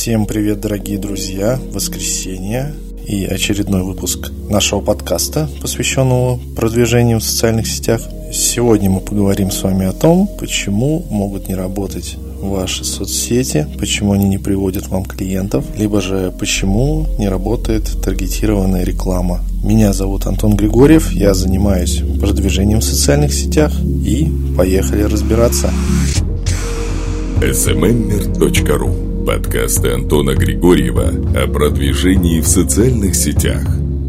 Всем привет, дорогие друзья! Воскресенье и очередной выпуск нашего подкаста, посвященного продвижению в социальных сетях. Сегодня мы поговорим с вами о том, почему могут не работать ваши соцсети, почему они не приводят вам клиентов, либо же почему не работает таргетированная реклама. Меня зовут Антон Григорьев, я занимаюсь продвижением в социальных сетях, и поехали разбираться. smmer.ru. Подкасты Антона Григорьева о продвижении в социальных сетях.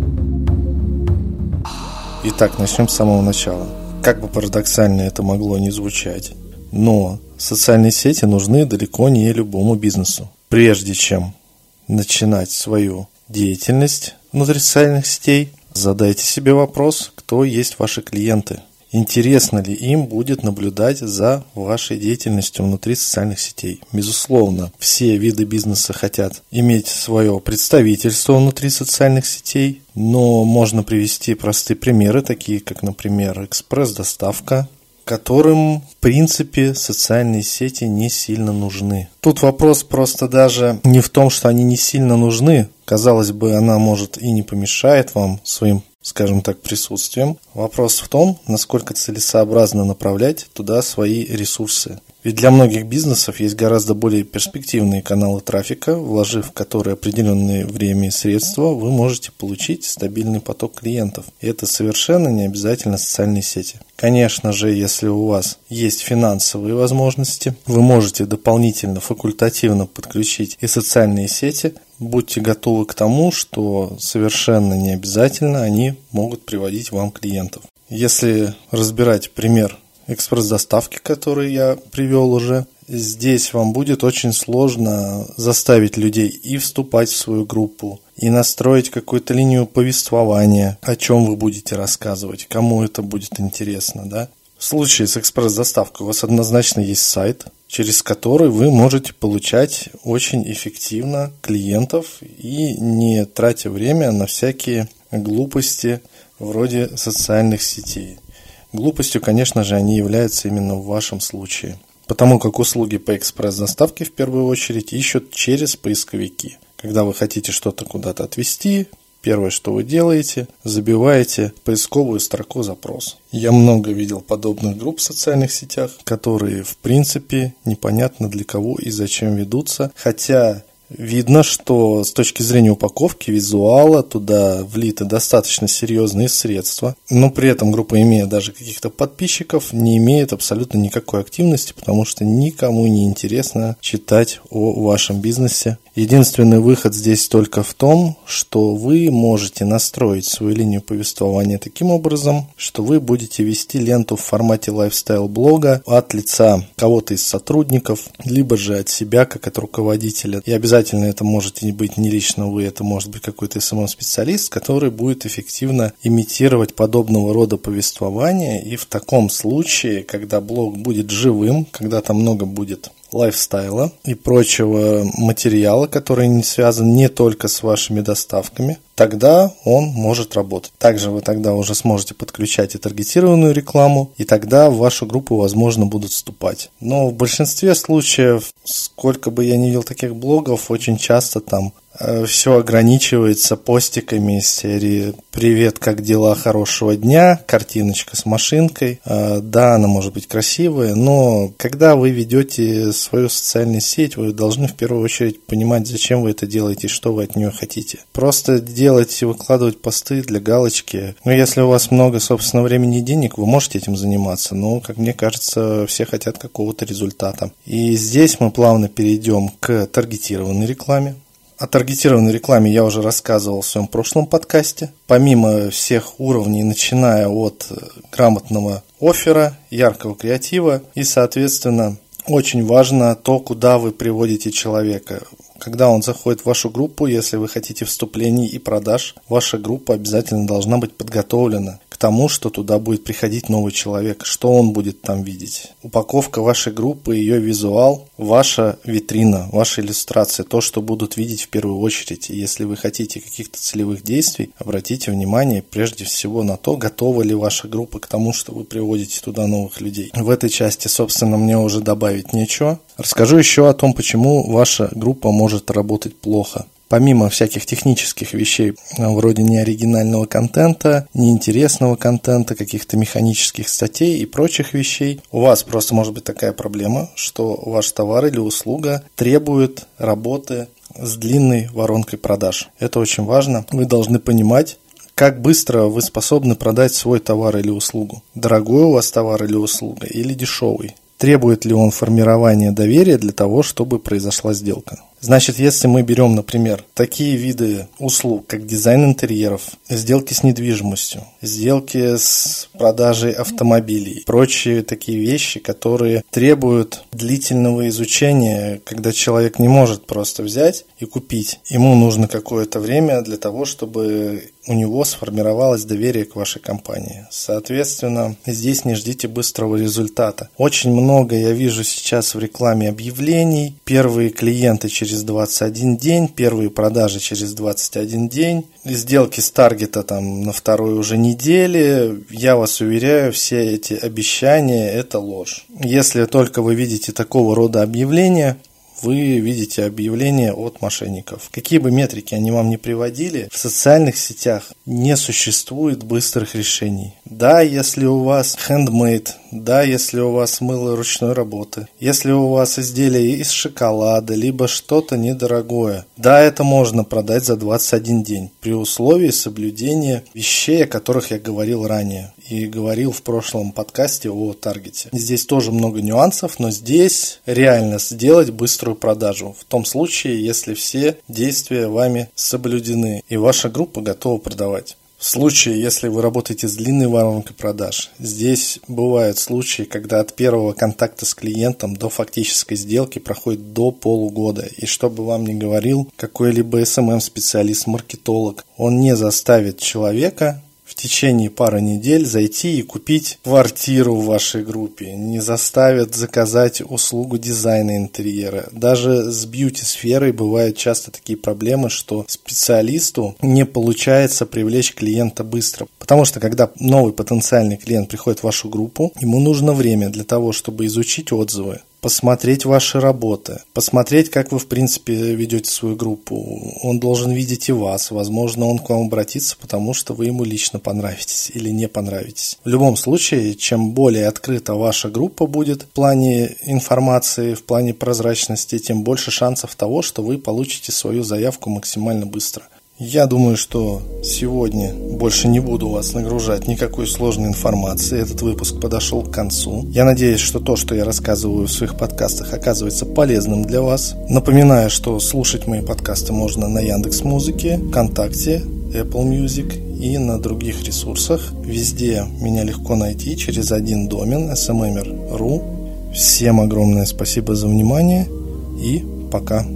Итак, начнем с самого начала. Как бы парадоксально это могло не звучать, но социальные сети нужны далеко не любому бизнесу. Прежде чем начинать свою деятельность внутри социальных сетей, задайте себе вопрос, кто есть ваши клиенты. Интересно ли им будет наблюдать за вашей деятельностью внутри социальных сетей? Безусловно, все виды бизнеса хотят иметь свое представительство внутри социальных сетей, но можно привести простые примеры, такие как, например, экспресс-доставка, которым, в принципе, социальные сети не сильно нужны. Тут вопрос просто даже не в том, что они не сильно нужны. Казалось бы, она, может, и не помешает вам своим, скажем так, присутствием. Вопрос в том, насколько целесообразно направлять туда свои ресурсы. Ведь для многих бизнесов есть гораздо более перспективные каналы трафика, вложив в которые определенное время и средства, вы можете получить стабильный поток клиентов. И это совершенно не обязательно социальные сети. Конечно же, если у вас есть финансовые возможности, вы можете дополнительно, факультативно подключить и социальные сети. Будьте готовы к тому, что совершенно не обязательно они могут приводить вам клиентов. Если разбирать пример экспресс-доставки, который я привел уже, здесь вам будет очень сложно заставить людей и вступать в свою группу, и настроить какую-то линию повествования, о чем вы будете рассказывать, кому это будет интересно, да? В случае с экспресс-доставкой у вас однозначно есть сайт, через который вы можете получать очень эффективно клиентов и не тратя время на всякие глупости вроде социальных сетей. Глупостью, конечно же, они являются именно в вашем случае, потому как услуги по экспресс-доставке в первую очередь ищут через поисковики. Когда вы хотите что-то куда-то отвезти, первое, что вы делаете, забиваете в поисковую строку запрос. Я много видел подобных групп в социальных сетях, которые, в принципе, непонятно для кого и зачем ведутся, хотя видно, что с точки зрения упаковки, визуала, туда влиты достаточно серьезные средства, но при этом группа, имея даже каких-то подписчиков, не имеет абсолютно никакой активности, потому что никому не интересно читать о вашем бизнесе. Единственный выход здесь только в том, что вы можете настроить свою линию повествования таким образом, что вы будете вести ленту в формате лайфстайл-блога от лица кого-то из сотрудников, либо же от себя, как от руководителя. И обязательно это можете быть не лично вы, это может быть какой-то СММ-специалист, который будет эффективно имитировать подобного рода повествование. И в таком случае, когда блог будет живым, когда там много будет лайфстайла и прочего материала, который не связан не только с вашими доставками, тогда он может работать. Также вы тогда уже сможете подключать и таргетированную рекламу, и тогда в вашу группу, возможно, будут вступать. Но в большинстве случаев, сколько бы я ни видел таких блогов, очень часто там все ограничивается постиками из серии «Привет, как дела? Хорошего дня», картиночка с машинкой. Да, она может быть красивая, но когда вы ведете свою социальную сеть, вы должны в первую очередь понимать, зачем вы это делаете и что вы от нее хотите. Просто делать и выкладывать посты для галочки. Но если у вас много собственного времени и денег, вы можете этим заниматься, но, как мне кажется, все хотят какого-то результата. И здесь мы плавно перейдем к таргетированной рекламе. О таргетированной рекламе я уже рассказывал в своем прошлом подкасте. Помимо всех уровней, начиная от грамотного оффера, яркого креатива и, соответственно, очень важно то, куда вы приводите человека. Когда он заходит в вашу группу, если вы хотите вступлений и продаж, ваша группа обязательно должна быть подготовлена к тому, что туда будет приходить новый человек, что он будет там видеть. Упаковка вашей группы, ее визуал, ваша витрина, ваша иллюстрация, то, что будут видеть в первую очередь. И если вы хотите каких-то целевых действий, обратите внимание прежде всего на то, готова ли ваша группа к тому, что вы приводите туда новых людей. В этой части, собственно, мне уже добавить нечего. Расскажу еще о том, почему ваша группа может работать плохо. Помимо всяких технических вещей, вроде неоригинального контента, неинтересного контента, каких-то механических статей и прочих вещей, у вас просто может быть такая проблема, что ваш товар или услуга требует работы с длинной воронкой продаж. Это очень важно. Вы должны понимать, как быстро вы способны продать свой товар или услугу. Дорогой у вас товар или услуга или дешевый? Требует ли он формирования доверия для того, чтобы произошла сделка? Значит, если мы берем, например, такие виды услуг, как дизайн интерьеров, сделки с недвижимостью, сделки с продажей автомобилей, прочие такие вещи, которые требуют длительного изучения, когда человек не может просто взять и купить. Ему нужно какое-то время для того, чтобы у него сформировалось доверие к вашей компании. Соответственно, здесь не ждите быстрого результата. Очень много я вижу сейчас в рекламе объявлений. Первые клиенты через 21 день, первые продажи через 21 день, сделки с таргета на второй уже неделе. Я вас уверяю, все эти обещания – это ложь. Если только вы видите такого рода объявления, вы видите объявления от мошенников. Какие бы метрики они вам ни приводили, в социальных сетях не существует быстрых решений. Да, если у вас handmade, да, если у вас мыло ручной работы, если у вас изделие из шоколада, либо что-то недорогое, да, это можно продать за 21 день, при условии соблюдения вещей, о которых я говорил ранее и говорил в прошлом подкасте о таргете. Здесь тоже много нюансов, но здесь реально сделать быструю продажу, в том случае, если все действия вами соблюдены и ваша группа готова продавать. В случае, если вы работаете с длинной воронкой продаж, здесь бывают случаи, когда от первого контакта с клиентом до фактической сделки проходит до полугода. И что бы вам ни говорил какой-либо SMM-специалист, маркетолог, он не заставит человека в течение пары недель зайти и купить квартиру в вашей группе, не заставят заказать услугу дизайна интерьера. Даже с бьюти-сферой бывают часто такие проблемы, что специалисту не получается привлечь клиента быстро. Потому что когда новый потенциальный клиент приходит в вашу группу, ему нужно время для того, чтобы изучить отзывы, посмотреть ваши работы, посмотреть, как вы в принципе ведете свою группу. Он должен видеть и вас. Возможно, он к вам обратится, потому что вы ему лично понравитесь или не понравитесь. В любом случае, чем более открыта ваша группа будет в плане информации, в плане прозрачности, тем больше шансов того, что вы получите свою заявку максимально быстро. Я думаю, что сегодня больше не буду вас нагружать никакой сложной информацией. Этот выпуск подошел к концу. Я надеюсь, что то, что я рассказываю в своих подкастах, оказывается полезным для вас. Напоминаю, что слушать мои подкасты можно на Яндекс.Музыке, ВКонтакте, Apple Music и на других ресурсах. Везде меня легко найти через один домен smmer.ru. Всем огромное спасибо за внимание и пока.